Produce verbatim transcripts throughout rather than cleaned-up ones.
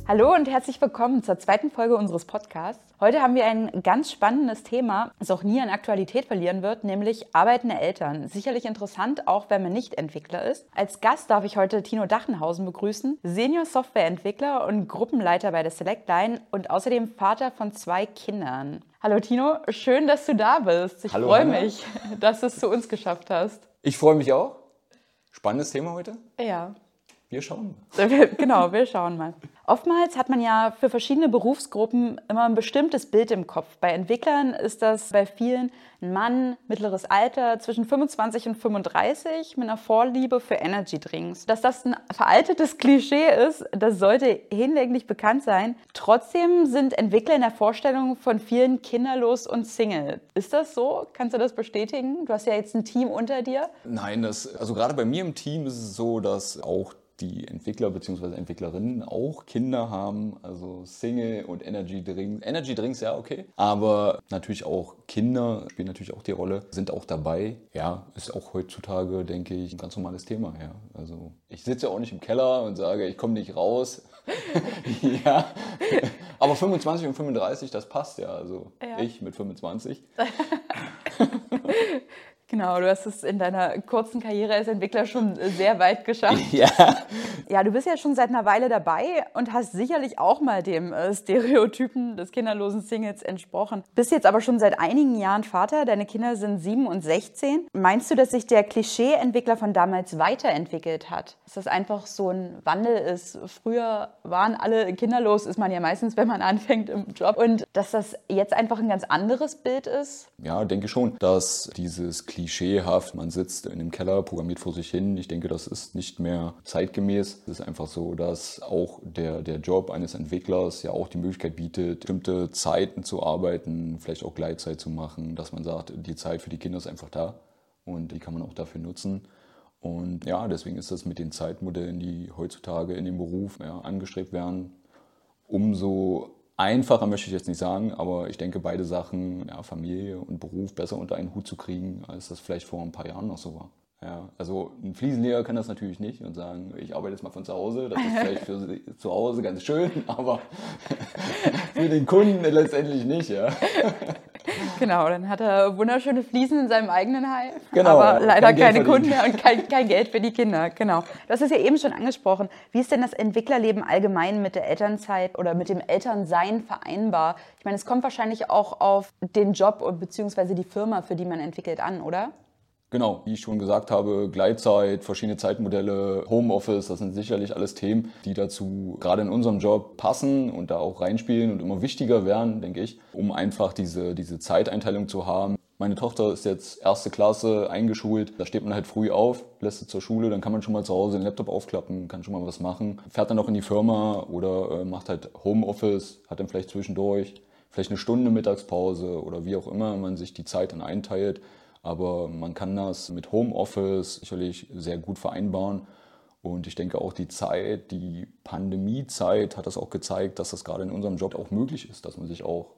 Hallo und herzlich willkommen zur zweiten Folge unseres Podcasts. Heute haben wir ein ganz spannendes Thema, das auch nie an Aktualität verlieren wird, nämlich arbeitende Eltern. Sicherlich interessant, auch wenn man nicht Entwickler ist. Als Gast darf ich heute Tino Dachenhausen begrüßen, Senior-Software-Entwickler und Gruppenleiter bei der Selectline und außerdem Vater von zwei Kindern. Hallo Tino, schön, dass du da bist. Ich freue mich, dass du es zu uns geschafft hast. Ich freue mich auch. Spannendes Thema heute. Ja. Wir schauen mal. Genau, wir schauen mal. Oftmals hat man ja für verschiedene Berufsgruppen immer ein bestimmtes Bild im Kopf. Bei Entwicklern ist das bei vielen ein Mann, mittleres Alter, zwischen fünfundzwanzig und fünfunddreißig mit einer Vorliebe für Energy Drinks. Dass das ein veraltetes Klischee ist, das sollte hinlänglich bekannt sein. Trotzdem sind Entwickler in der Vorstellung von vielen kinderlos und Single. Ist das so? Kannst du das bestätigen? Du hast ja jetzt ein Team unter dir. Nein, das, also gerade bei mir im Team ist es so, dass auch die Entwickler bzw. Entwicklerinnen auch Kinder haben, also Single und Energy Drinks. Energy Drinks, ja, okay. Aber natürlich auch Kinder spielen natürlich auch die Rolle, sind auch dabei. Ja, ist auch heutzutage, denke ich, ein ganz normales Thema. Ja. Also ich sitze ja auch nicht im Keller und sage, ich komme nicht raus. Ja, aber fünfundzwanzig und fünfunddreißig, das passt ja. Also ja. Ich mit fünfundzwanzig. Genau, du hast es in deiner kurzen Karriere als Entwickler schon sehr weit geschafft. Ja. Ja, du bist ja schon seit einer Weile dabei und hast sicherlich auch mal dem äh, Stereotypen des kinderlosen Singles entsprochen. Bist jetzt aber schon seit einigen Jahren Vater, deine Kinder sind sieben und sechzehn. Meinst du, dass sich der Klischee-Entwickler von damals weiterentwickelt hat? Dass das einfach so ein Wandel ist? Früher waren alle kinderlos, ist man ja meistens, wenn man anfängt im Job. Und dass das jetzt einfach ein ganz anderes Bild ist? Ja, denke schon, dass dieses Klischee klischeehaft, man sitzt in einem Keller, programmiert vor sich hin. Ich denke, das ist nicht mehr zeitgemäß. Es ist einfach so, dass auch der, der Job eines Entwicklers ja auch die Möglichkeit bietet, bestimmte Zeiten zu arbeiten, vielleicht auch Gleitzeit zu machen, dass man sagt, die Zeit für die Kinder ist einfach da und die kann man auch dafür nutzen. Und ja, deswegen ist das mit den Zeitmodellen, die heutzutage in dem Beruf ja, angestrebt werden, umso einfacher möchte ich jetzt nicht sagen, aber ich denke, beide Sachen, ja, Familie und Beruf, besser unter einen Hut zu kriegen, als das vielleicht vor ein paar Jahren noch so war. Ja, also ein Fliesenleger kann das natürlich nicht und sagen, ich arbeite jetzt mal von zu Hause, das ist vielleicht für Sie zu Hause ganz schön, aber für den Kunden letztendlich nicht. Ja. Genau, dann hat er wunderschöne Fliesen in seinem eigenen Heim, genau, aber leider keine Kunden mehr und kein, kein Geld für die Kinder. Genau. Du hast es ja eben schon angesprochen. Wie ist denn das Entwicklerleben allgemein mit der Elternzeit oder mit dem Elternsein vereinbar? Ich meine, es kommt wahrscheinlich auch auf den Job bzw. die Firma, für die man entwickelt, an, oder? Genau, wie ich schon gesagt habe, Gleitzeit, verschiedene Zeitmodelle, Homeoffice, das sind sicherlich alles Themen, die dazu gerade in unserem Job passen und da auch reinspielen und immer wichtiger werden, denke ich, um einfach diese, diese Zeiteinteilung zu haben. Meine Tochter ist jetzt erste Klasse eingeschult, da steht man halt früh auf, lässt sie zur Schule, dann kann man schon mal zu Hause den Laptop aufklappen, kann schon mal was machen, fährt dann noch in die Firma oder äh, macht halt Homeoffice, hat dann vielleicht zwischendurch vielleicht eine Stunde Mittagspause oder wie auch immer man sich die Zeit dann einteilt. Aber man kann das mit Homeoffice sicherlich sehr gut vereinbaren. Und ich denke auch die Zeit, die Pandemiezeit hat das auch gezeigt, dass das gerade in unserem Job auch möglich ist, dass man sich auch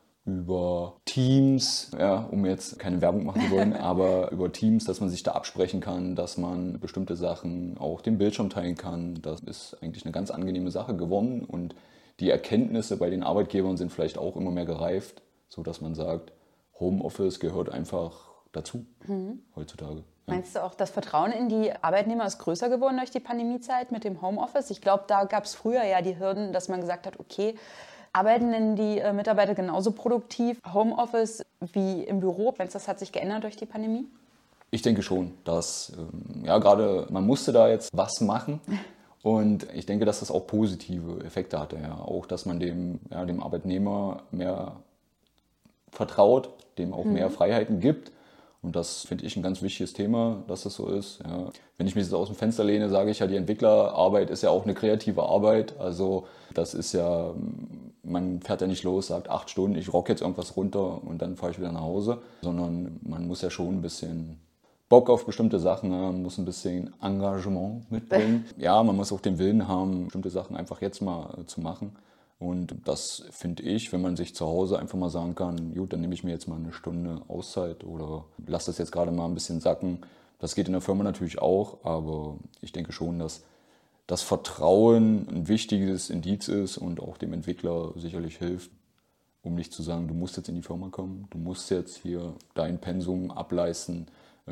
über Teams, ja, um jetzt keine Werbung machen zu wollen, aber über Teams, dass man sich da absprechen kann, dass man bestimmte Sachen auch den Bildschirm teilen kann. Das ist eigentlich eine ganz angenehme Sache geworden. Und die Erkenntnisse bei den Arbeitgebern sind vielleicht auch immer mehr gereift, sodass man sagt, Homeoffice gehört einfach dazu mhm. heutzutage. Ja. Meinst du auch, das Vertrauen in die Arbeitnehmer ist größer geworden durch die Pandemiezeit mit dem Homeoffice? Ich glaube, da gab es früher ja die Hürden, dass man gesagt hat, okay, arbeiten denn die äh, Mitarbeiter genauso produktiv Homeoffice wie im Büro? Meinst du, das hat sich geändert durch die Pandemie? Ich denke schon, dass ähm, ja gerade man musste da jetzt was machen. Und ich denke, dass das auch positive Effekte hatte. Ja. Auch, dass man dem, ja, dem Arbeitnehmer mehr vertraut, dem auch mhm. mehr Freiheiten gibt. Und das finde ich ein ganz wichtiges Thema, dass das so ist. Ja. Wenn ich mich jetzt aus dem Fenster lehne, sage ich ja, die Entwicklerarbeit ist ja auch eine kreative Arbeit. Also das ist ja, man fährt ja nicht los, sagt acht Stunden, ich rock jetzt irgendwas runter und dann fahre ich wieder nach Hause. Sondern man muss ja schon ein bisschen Bock auf bestimmte Sachen haben, man muss ein bisschen Engagement mitbringen. Ja, man muss auch den Willen haben, bestimmte Sachen einfach jetzt mal zu machen. Und das finde ich, wenn man sich zu Hause einfach mal sagen kann, gut, dann nehme ich mir jetzt mal eine Stunde Auszeit oder lasse das jetzt gerade mal ein bisschen sacken. Das geht in der Firma natürlich auch, aber ich denke schon, dass das Vertrauen ein wichtiges Indiz ist und auch dem Entwickler sicherlich hilft, um nicht zu sagen, du musst jetzt in die Firma kommen, du musst jetzt hier dein Pensum ableisten.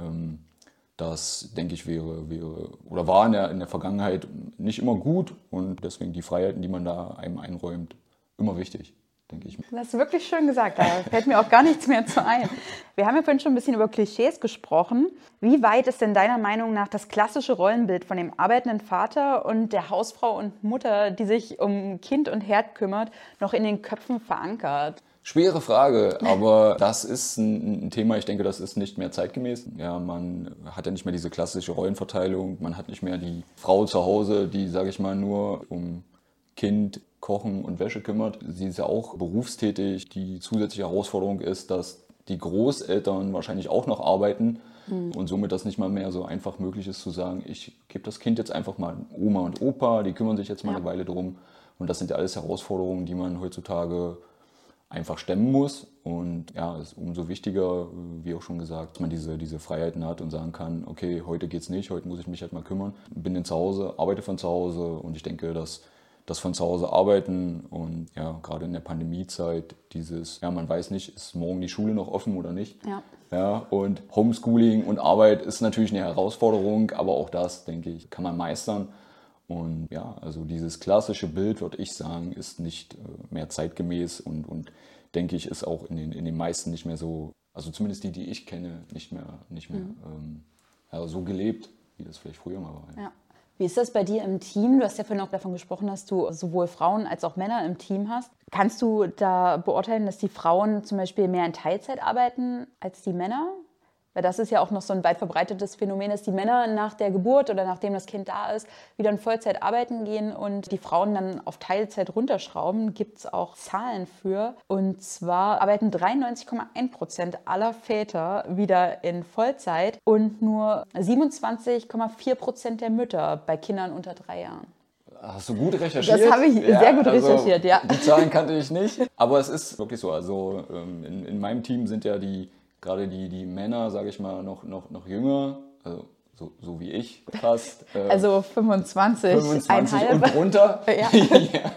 Das, denke ich, wäre, wäre oder war in der, in der Vergangenheit nicht immer gut und deswegen die Freiheiten, die man da einem einräumt, immer wichtig, denke ich. Das ist wirklich schön gesagt, da fällt mir auch gar nichts mehr zu ein. Wir haben ja vorhin schon ein bisschen über Klischees gesprochen. Wie weit ist denn deiner Meinung nach das klassische Rollenbild von dem arbeitenden Vater und der Hausfrau und Mutter, die sich um Kind und Herd kümmert, noch in den Köpfen verankert? Schwere Frage, aber das ist ein, ein Thema, ich denke, das ist nicht mehr zeitgemäß. Ja, man hat ja nicht mehr diese klassische Rollenverteilung, man hat nicht mehr die Frau zu Hause, die, sage ich mal, nur um Kind, Kochen und Wäsche kümmert. Sie ist ja auch berufstätig. Die zusätzliche Herausforderung ist, dass die Großeltern wahrscheinlich auch noch arbeiten mhm. und somit das nicht mal mehr so einfach möglich ist zu sagen, ich gebe das Kind jetzt einfach mal Oma und Opa, die kümmern sich jetzt mal ja. eine Weile drum. Und das sind ja alles Herausforderungen, die man heutzutage einfach stemmen muss. Und ja, es ist umso wichtiger, wie auch schon gesagt, dass man diese, diese Freiheiten hat und sagen kann, okay, heute geht's nicht, heute muss ich mich halt mal kümmern. Bin dann zu Hause, arbeite von zu Hause und ich denke, dass das von zu Hause arbeiten und ja, gerade in der Pandemiezeit dieses, ja, man weiß nicht, ist morgen die Schule noch offen oder nicht. Ja. Ja, und Homeschooling und Arbeit ist natürlich eine Herausforderung, aber auch das, denke ich, kann man meistern. Und ja, also dieses klassische Bild, würde ich sagen, ist nicht mehr zeitgemäß und, und denke ich, ist auch in den, in den meisten nicht mehr so, also zumindest die, die ich kenne, nicht mehr, nicht mehr mhm. ähm, ja, so gelebt, wie das vielleicht früher mal war. Ja. Ja. Wie ist das bei dir im Team? Du hast ja vorhin auch davon gesprochen, dass du sowohl Frauen als auch Männer im Team hast. Kannst du da beurteilen, dass die Frauen zum Beispiel mehr in Teilzeit arbeiten als die Männer? Weil das ist ja auch noch so ein weit verbreitetes Phänomen, dass die Männer nach der Geburt oder nachdem das Kind da ist, wieder in Vollzeit arbeiten gehen und die Frauen dann auf Teilzeit runterschrauben. Gibt es auch Zahlen für. Und zwar arbeiten dreiundneunzig Komma eins Prozent aller Väter wieder in Vollzeit und nur siebenundzwanzig Komma vier Prozent der Mütter bei Kindern unter drei Jahren. Hast du gut recherchiert? Das habe ich ja, sehr gut also recherchiert, ja. Die Zahlen kannte ich nicht, aber es ist wirklich so. Also in, in meinem Team sind ja die Gerade die, die Männer, sage ich mal, noch, noch, noch jünger, also so, so wie ich fast. Äh, also fünfundzwanzig, fünfundzwanzig und drunter. Ja. Ja.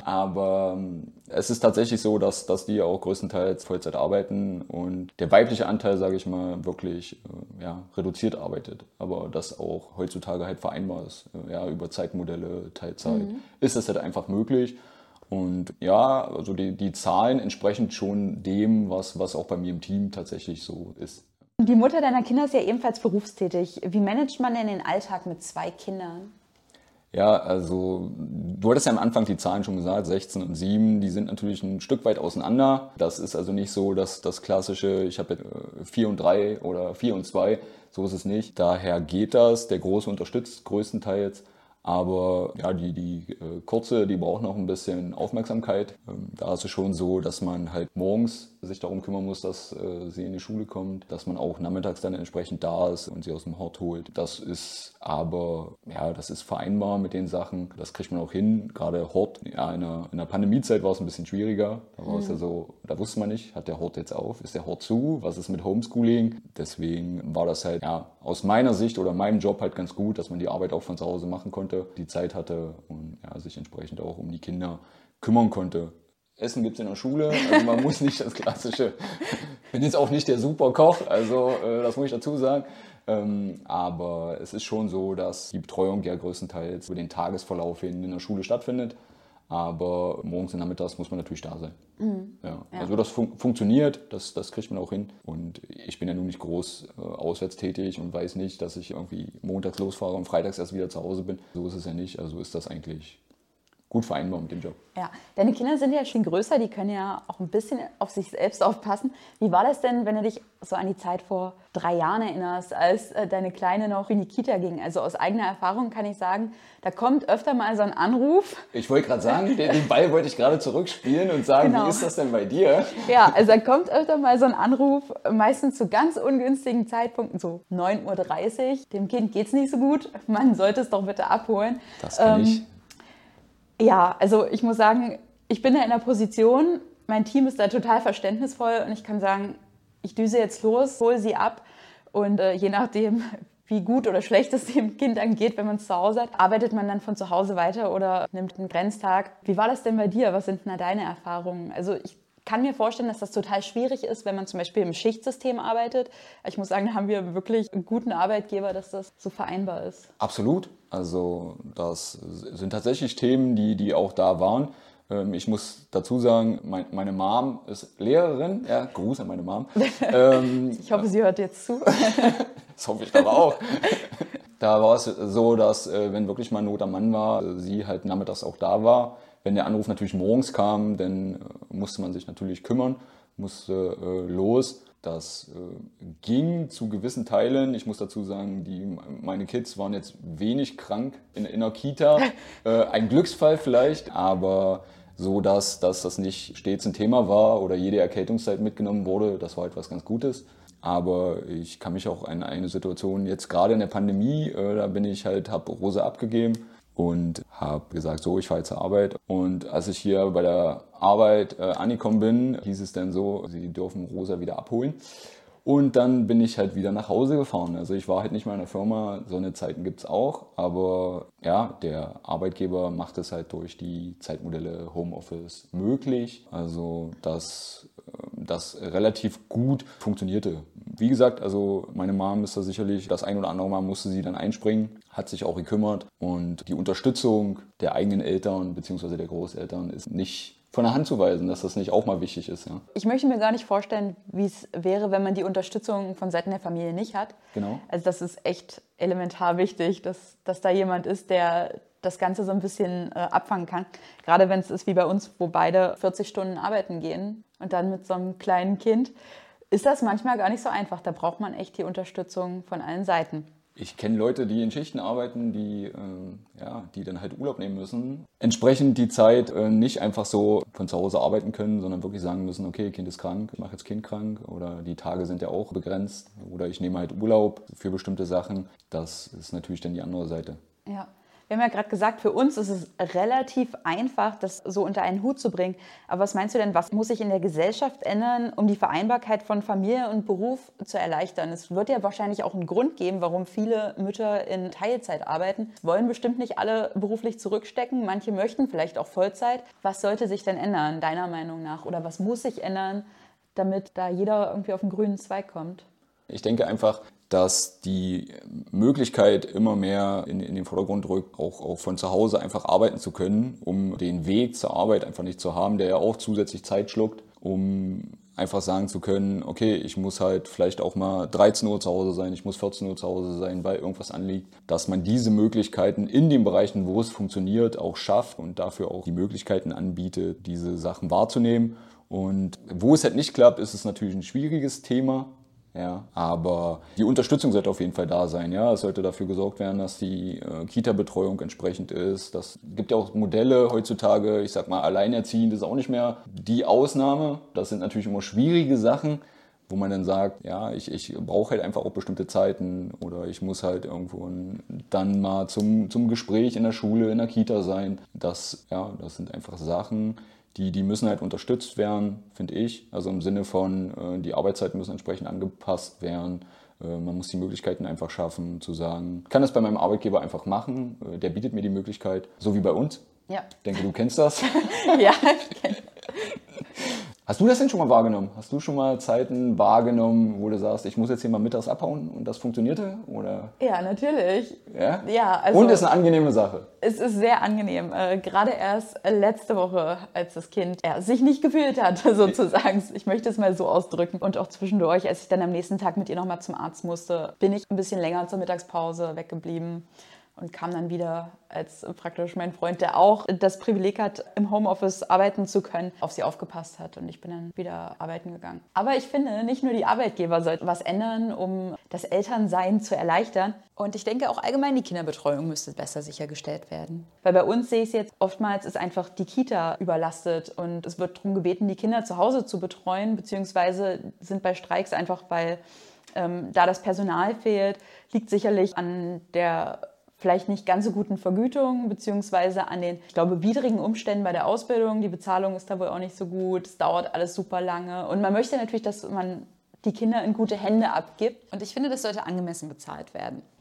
Aber ähm, es ist tatsächlich so, dass, dass die auch größtenteils Vollzeit arbeiten und der weibliche Anteil, sage ich mal, wirklich äh, ja, reduziert arbeitet. Aber das auch heutzutage halt vereinbar ist. Äh, ja, über Zeitmodelle, Teilzeit mhm. ist es halt einfach möglich. Und ja, also die, die Zahlen entsprechen schon dem, was, was auch bei mir im Team tatsächlich so ist. Die Mutter deiner Kinder ist ja ebenfalls berufstätig. Wie managt man denn den Alltag mit zwei Kindern? Ja, also du hattest ja am Anfang die Zahlen schon gesagt, sechzehn und sieben, die sind natürlich ein Stück weit auseinander. Das ist also nicht so, dass das klassische, ich habe vier und drei oder vier und zwei, so ist es nicht. Daher geht das, der Große unterstützt größtenteils. Aber ja, die, die äh, Kurze, die braucht noch ein bisschen Aufmerksamkeit. Ähm, da ist es schon so, dass man halt morgens sich darum kümmern muss, dass äh, sie in die Schule kommt, dass man auch nachmittags dann entsprechend da ist und sie aus dem Hort holt. Das ist aber, ja, das ist vereinbar mit den Sachen. Das kriegt man auch hin. Gerade Hort, ja, in der, in der Pandemiezeit war es ein bisschen schwieriger. Da war mhm. es ja so, da wusste man nicht, hat der Hort jetzt auf, ist der Hort zu, was ist mit Homeschooling? Deswegen war das halt, ja, aus meiner Sicht oder meinem Job halt ganz gut, dass man die Arbeit auch von zu Hause machen konnte, die Zeit hatte und ja, sich entsprechend auch um die Kinder kümmern konnte. Essen gibt es in der Schule, also man muss nicht das klassische, ich bin jetzt auch nicht der Superkoch, also äh, das muss ich dazu sagen, ähm, aber es ist schon so, dass die Betreuung ja größtenteils über den Tagesverlauf hin in der Schule stattfindet, aber morgens und nachmittags muss man natürlich da sein. Mhm. Ja. Ja. Also das fun- funktioniert, das, das kriegt man auch hin und ich bin ja nun nicht groß äh, auswärts tätig und weiß nicht, dass ich irgendwie montags losfahre und freitags erst wieder zu Hause bin. So ist es ja nicht, also ist das eigentlich gut vereinbar mit dem Job. Ja, deine Kinder sind ja schon größer, die können ja auch ein bisschen auf sich selbst aufpassen. Wie war das denn, wenn du dich so an die Zeit vor drei Jahren erinnerst, als deine Kleine noch in die Kita ging? Also aus eigener Erfahrung kann ich sagen, da kommt öfter mal so ein Anruf. Ich wollte gerade sagen, den Ball wollte ich gerade zurückspielen und sagen, genau. Wie ist das denn bei dir? Ja, also da kommt öfter mal so ein Anruf, meistens zu ganz ungünstigen Zeitpunkten, so neun Uhr dreißig. Dem Kind geht's nicht so gut, man sollte es doch bitte abholen. Das kann ähm, ich. Ja, also ich muss sagen, ich bin da in der Position, mein Team ist da total verständnisvoll und ich kann sagen, ich düse jetzt los, hole sie ab und äh, je nachdem, wie gut oder schlecht es dem Kind dann geht, wenn man es zu Hause hat. Arbeitet man dann von zu Hause weiter oder nimmt einen Grenztag? Wie war das denn bei dir? Was sind denn da deine Erfahrungen? Also ich kann mir vorstellen, dass das total schwierig ist, wenn man zum Beispiel im Schichtsystem arbeitet. Ich muss sagen, da haben wir wirklich einen guten Arbeitgeber, dass das so vereinbar ist. Absolut. Also das sind tatsächlich Themen, die, die auch da waren. Ich muss dazu sagen, mein, meine Mom ist Lehrerin. Ja, Gruß an meine Mom. ähm, ich hoffe, sie hört jetzt zu. Das hoffe ich aber auch. Da war es so, dass wenn wirklich mal Not am Mann war, sie halt nachmittags auch da war. Wenn der Anruf natürlich morgens kam, dann musste man sich natürlich kümmern, musste äh, los. Das äh, ging zu gewissen Teilen. Ich muss dazu sagen, die, meine Kids waren jetzt wenig krank in, in der Kita. Äh, ein Glücksfall vielleicht, aber so, dass, dass das nicht stets ein Thema war oder jede Erkältungszeit mitgenommen wurde. Das war etwas ganz Gutes. Aber ich kann mich auch an eine Situation, jetzt gerade in der Pandemie, äh, da bin ich halt, habe Rose abgegeben. Und habe gesagt, so, ich fahre jetzt zur Arbeit. Und als ich hier bei der Arbeit äh, angekommen bin, hieß es dann so, sie dürfen Rosa wieder abholen. Und dann bin ich halt wieder nach Hause gefahren. Also ich war halt nicht mehr in der Firma, so eine Zeiten gibt es auch. Aber ja, der Arbeitgeber macht es halt durch die Zeitmodelle Homeoffice möglich. Also dass das relativ gut funktionierte. Wie gesagt, also meine Mom ist da sicherlich, das ein oder andere Mal musste sie dann einspringen, hat sich auch gekümmert. Und die Unterstützung der eigenen Eltern bzw. der Großeltern ist nicht von der Hand zu weisen, dass das nicht auch mal wichtig ist. Ja. Ich möchte mir gar nicht vorstellen, wie es wäre, wenn man die Unterstützung von Seiten der Familie nicht hat. Genau. Also das ist echt elementar wichtig, dass, dass da jemand ist, der das Ganze so ein bisschen äh, abfangen kann. Gerade wenn es ist wie bei uns, wo beide vierzig Stunden arbeiten gehen und dann mit so einem kleinen Kind, ist das manchmal gar nicht so einfach. Da braucht man echt die Unterstützung von allen Seiten. Ich kenne Leute, die in Schichten arbeiten, die, äh, ja, die dann halt Urlaub nehmen müssen. Entsprechend die Zeit äh, nicht einfach so von zu Hause arbeiten können, sondern wirklich sagen müssen, okay, Kind ist krank, ich mache jetzt Kind krank. Oder die Tage sind ja auch begrenzt. Oder ich nehme halt Urlaub für bestimmte Sachen. Das ist natürlich dann die andere Seite. Ja. Wir haben ja gerade gesagt, für uns ist es relativ einfach, das so unter einen Hut zu bringen. Aber was meinst du denn, was muss sich in der Gesellschaft ändern, um die Vereinbarkeit von Familie und Beruf zu erleichtern? Es wird ja wahrscheinlich auch einen Grund geben, warum viele Mütter in Teilzeit arbeiten. Es wollen bestimmt nicht alle beruflich zurückstecken. Manche möchten vielleicht auch Vollzeit. Was sollte sich denn ändern, deiner Meinung nach? Oder was muss sich ändern, damit da jeder irgendwie auf den grünen Zweig kommt? Ich denke einfach, dass die Möglichkeit immer mehr in, in den Vordergrund rückt, auch, auch von zu Hause einfach arbeiten zu können, um den Weg zur Arbeit einfach nicht zu haben, der ja auch zusätzlich Zeit schluckt, um einfach sagen zu können, okay, ich muss halt vielleicht auch mal dreizehn Uhr zu Hause sein, ich muss vierzehn Uhr zu Hause sein, weil irgendwas anliegt, dass man diese Möglichkeiten in den Bereichen, wo es funktioniert, auch schafft und dafür auch die Möglichkeiten anbietet, diese Sachen wahrzunehmen. Und wo es halt nicht klappt, ist es natürlich ein schwieriges Thema. Ja, aber die Unterstützung sollte auf jeden Fall da sein. Ja, es sollte dafür gesorgt werden, dass die äh, Kita-Betreuung entsprechend ist. Das gibt ja auch Modelle heutzutage. Ich sag mal, alleinerziehend ist auch nicht mehr die Ausnahme. Das sind natürlich immer schwierige Sachen, wo man dann sagt, ja, ich, ich brauche halt einfach auch bestimmte Zeiten oder ich muss halt irgendwo dann mal zum, zum Gespräch in der Schule, in der Kita sein. Das, ja, das sind einfach Sachen, Die, die müssen halt unterstützt werden, finde ich. Also im Sinne von, äh, die Arbeitszeiten müssen entsprechend angepasst werden. Äh, man muss die Möglichkeiten einfach schaffen, zu sagen, ich kann das bei meinem Arbeitgeber einfach machen. Äh, der bietet mir die Möglichkeit, so wie bei uns. Ja. Ich denke, du kennst das. Ja, ich kenne. Hast du das denn schon mal wahrgenommen? Hast du schon mal Zeiten wahrgenommen, wo du sagst, ich muss jetzt hier mal mittags abhauen und das funktionierte? Oder? Ja, natürlich. Ja? Ja, also und ist eine angenehme Sache. Es ist sehr angenehm. Äh, gerade erst letzte Woche, als das Kind ja, sich nicht gefühlt hat, sozusagen. Ich möchte es mal so ausdrücken. Und auch zwischendurch, als ich dann am nächsten Tag mit ihr nochmal zum Arzt musste, bin ich ein bisschen länger zur Mittagspause weggeblieben. Und kam dann wieder als praktisch mein Freund, der auch das Privileg hat, im Homeoffice arbeiten zu können, auf sie aufgepasst hat. Und ich bin dann wieder arbeiten gegangen. Aber ich finde, nicht nur die Arbeitgeber sollten was ändern, um das Elternsein zu erleichtern. Und ich denke auch allgemein, die Kinderbetreuung müsste besser sichergestellt werden. Weil bei uns sehe ich es jetzt, oftmals ist einfach die Kita überlastet und es wird darum gebeten, die Kinder zu Hause zu betreuen, beziehungsweise sind bei Streiks einfach, weil ähm, da das Personal fehlt, liegt sicherlich an der vielleicht nicht ganz so guten Vergütung, beziehungsweise an den, ich glaube, widrigen Umständen bei der Ausbildung. Die Bezahlung ist da wohl auch nicht so gut, es dauert alles super lange. Und man möchte natürlich, dass man die Kinder in gute Hände abgibt. Und ich finde, das sollte angemessen bezahlt werden.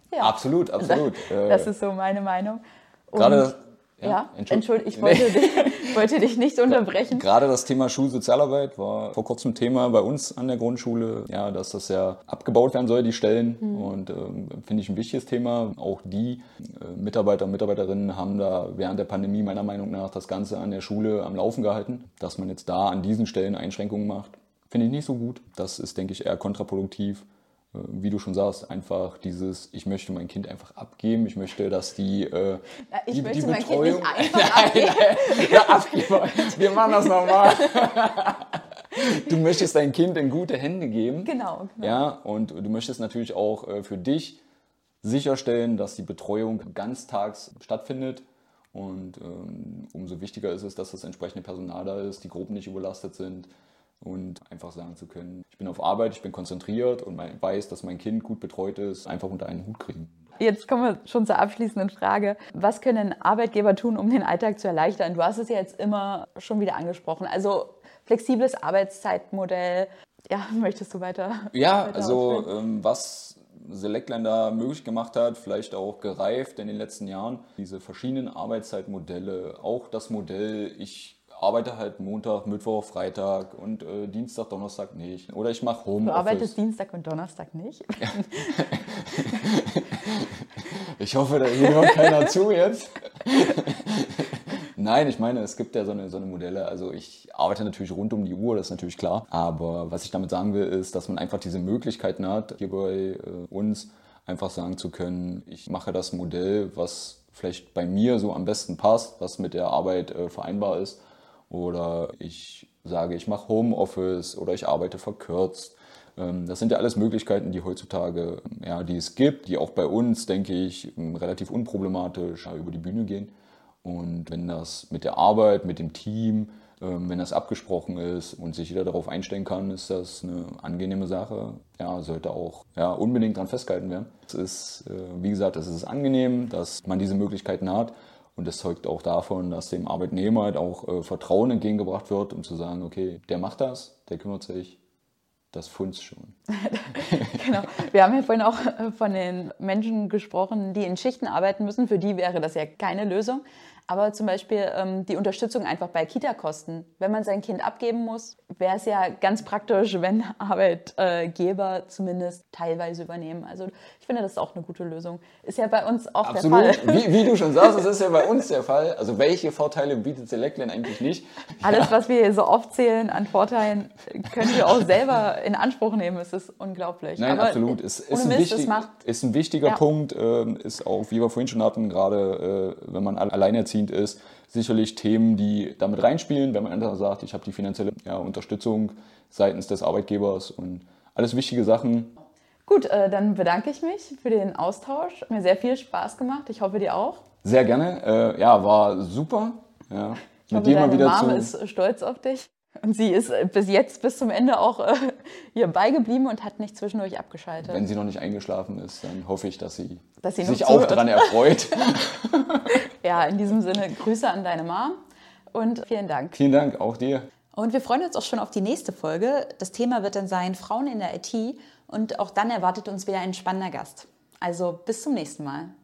Ja. Absolut, absolut. Das ist so meine Meinung. Und Gerade Ja, Ja, Entschuldigung, ich wollte, nee. dich, wollte dich nicht unterbrechen. Gerade das Thema Schulsozialarbeit war vor kurzem Thema bei uns an der Grundschule, ja, dass das ja abgebaut werden soll, die Stellen. Mhm. Und ähm, finde ich ein wichtiges Thema. Auch die äh, Mitarbeiter und Mitarbeiterinnen haben da während der Pandemie meiner Meinung nach das Ganze an der Schule am Laufen gehalten. Dass man jetzt da an diesen Stellen Einschränkungen macht, finde ich nicht so gut. Das ist, denke ich, eher kontraproduktiv. Wie du schon sagst, einfach dieses, ich möchte mein Kind einfach abgeben, ich möchte, dass die, äh, ich die, möchte die mein Betreuung... Kind nicht einfach abgeben. Nein, nein, ja, abgeben. Wir machen das nochmal. Du möchtest dein Kind in gute Hände geben. Genau. genau. Ja, und du möchtest natürlich auch äh, für dich sicherstellen, dass die Betreuung ganztags stattfindet. Und ähm, umso wichtiger ist es, dass das entsprechende Personal da ist, die Gruppen nicht überlastet sind. Und einfach sagen zu können, ich bin auf Arbeit, ich bin konzentriert und weiß, dass mein Kind gut betreut ist, einfach unter einen Hut kriegen. Jetzt kommen wir schon zur abschließenden Frage. Was können Arbeitgeber tun, um den Alltag zu erleichtern? Du hast es ja jetzt immer schon wieder angesprochen. Also flexibles Arbeitszeitmodell. Ja, möchtest du weiter? Ja, weiter also ähm, was Selectline da möglich gemacht hat, vielleicht auch gereift in den letzten Jahren, diese verschiedenen Arbeitszeitmodelle, auch das Modell, ich arbeite halt Montag, Mittwoch, Freitag und äh, Dienstag, Donnerstag nicht. Oder ich mache Homeoffice. Du arbeitest Dienstag und Donnerstag nicht? Ich hoffe, da hört keiner zu jetzt. Nein, ich meine, es gibt ja so eine, so eine Modelle. Also ich arbeite natürlich rund um die Uhr, das ist natürlich klar. Aber was ich damit sagen will, ist, dass man einfach diese Möglichkeiten hat, hier bei äh, uns einfach sagen zu können, ich mache das Modell, was vielleicht bei mir so am besten passt, was mit der Arbeit äh, vereinbar ist. Oder ich sage, ich mache Homeoffice oder ich arbeite verkürzt. Das sind ja alles Möglichkeiten, die heutzutage, ja, die es gibt, die auch bei uns, denke ich, relativ unproblematisch über die Bühne gehen. Und wenn das mit der Arbeit, mit dem Team, wenn das abgesprochen ist und sich jeder darauf einstellen kann, ist das eine angenehme Sache. Ja, sollte auch ja, unbedingt daran festgehalten werden. Es ist, wie gesagt, es ist angenehm, dass man diese Möglichkeiten hat. Und das zeugt auch davon, dass dem Arbeitnehmer halt auch äh, Vertrauen entgegengebracht wird, um zu sagen, okay, der macht das, der kümmert sich, das funzt schon. Genau. Wir haben ja vorhin auch von den Menschen gesprochen, die in Schichten arbeiten müssen. Für die wäre das ja keine Lösung. Aber zum Beispiel ähm, die Unterstützung einfach bei Kita-Kosten. Wenn man sein Kind abgeben muss, wäre es ja ganz praktisch, wenn Arbeitgeber zumindest teilweise übernehmen. Also ich finde, das ist auch eine gute Lösung. Ist ja bei uns auch Absolut. der Fall. Wie, wie du schon sagst, das ist ja bei uns der Fall. Also welche Vorteile bietet Selectline eigentlich nicht? Alles, was wir hier so aufzählen an Vorteilen, können wir auch selber in Anspruch nehmen. Es ist unglaublich. Nein, Aber absolut. Es ist, ohne ein, Mist, wichtig, es macht, ist ein wichtiger ja. Punkt. Ähm, ist auch, wie wir vorhin schon hatten, gerade äh, wenn man alleinerziehend ist, sicherlich Themen, die damit reinspielen, wenn man einfach sagt, ich habe die finanzielle ja, Unterstützung seitens des Arbeitgebers und alles wichtige Sachen. Gut, äh, dann bedanke ich mich für den Austausch. Hat mir sehr viel Spaß gemacht. Ich hoffe, dir auch. Sehr gerne. Äh, ja, war super. Ja. Ich hoffe, deine Mama ist stolz auf dich. Und sie ist bis jetzt, bis zum Ende auch äh, hier beigeblieben und hat nicht zwischendurch abgeschaltet. Wenn sie noch nicht eingeschlafen ist, dann hoffe ich, dass sie, dass sie sich auch daran erfreut. Ja, in diesem Sinne Grüße an deine Mom und vielen Dank. Vielen Dank, auch dir. Und wir freuen uns auch schon auf die nächste Folge. Das Thema wird dann sein Frauen in der I T und auch dann erwartet uns wieder ein spannender Gast. Also bis zum nächsten Mal.